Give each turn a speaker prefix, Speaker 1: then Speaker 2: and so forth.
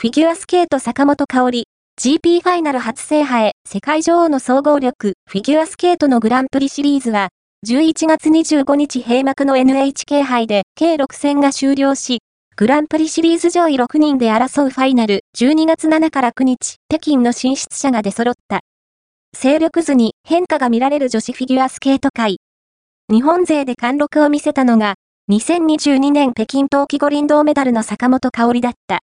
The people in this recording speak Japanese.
Speaker 1: フィギュアスケート坂本花織、GP ファイナル初制覇へ世界女王の総合力、フィギュアスケートのグランプリシリーズは、11月25日閉幕の NHK 杯で計6戦が終了し、グランプリシリーズ上位6人で争うファイナル、12月7から9日、北京の進出者が出揃った。勢力図に変化が見られる女子フィギュアスケート界。日本勢で貫禄を見せたのが、2022年北京冬季五輪銅メダルの坂本花織だった。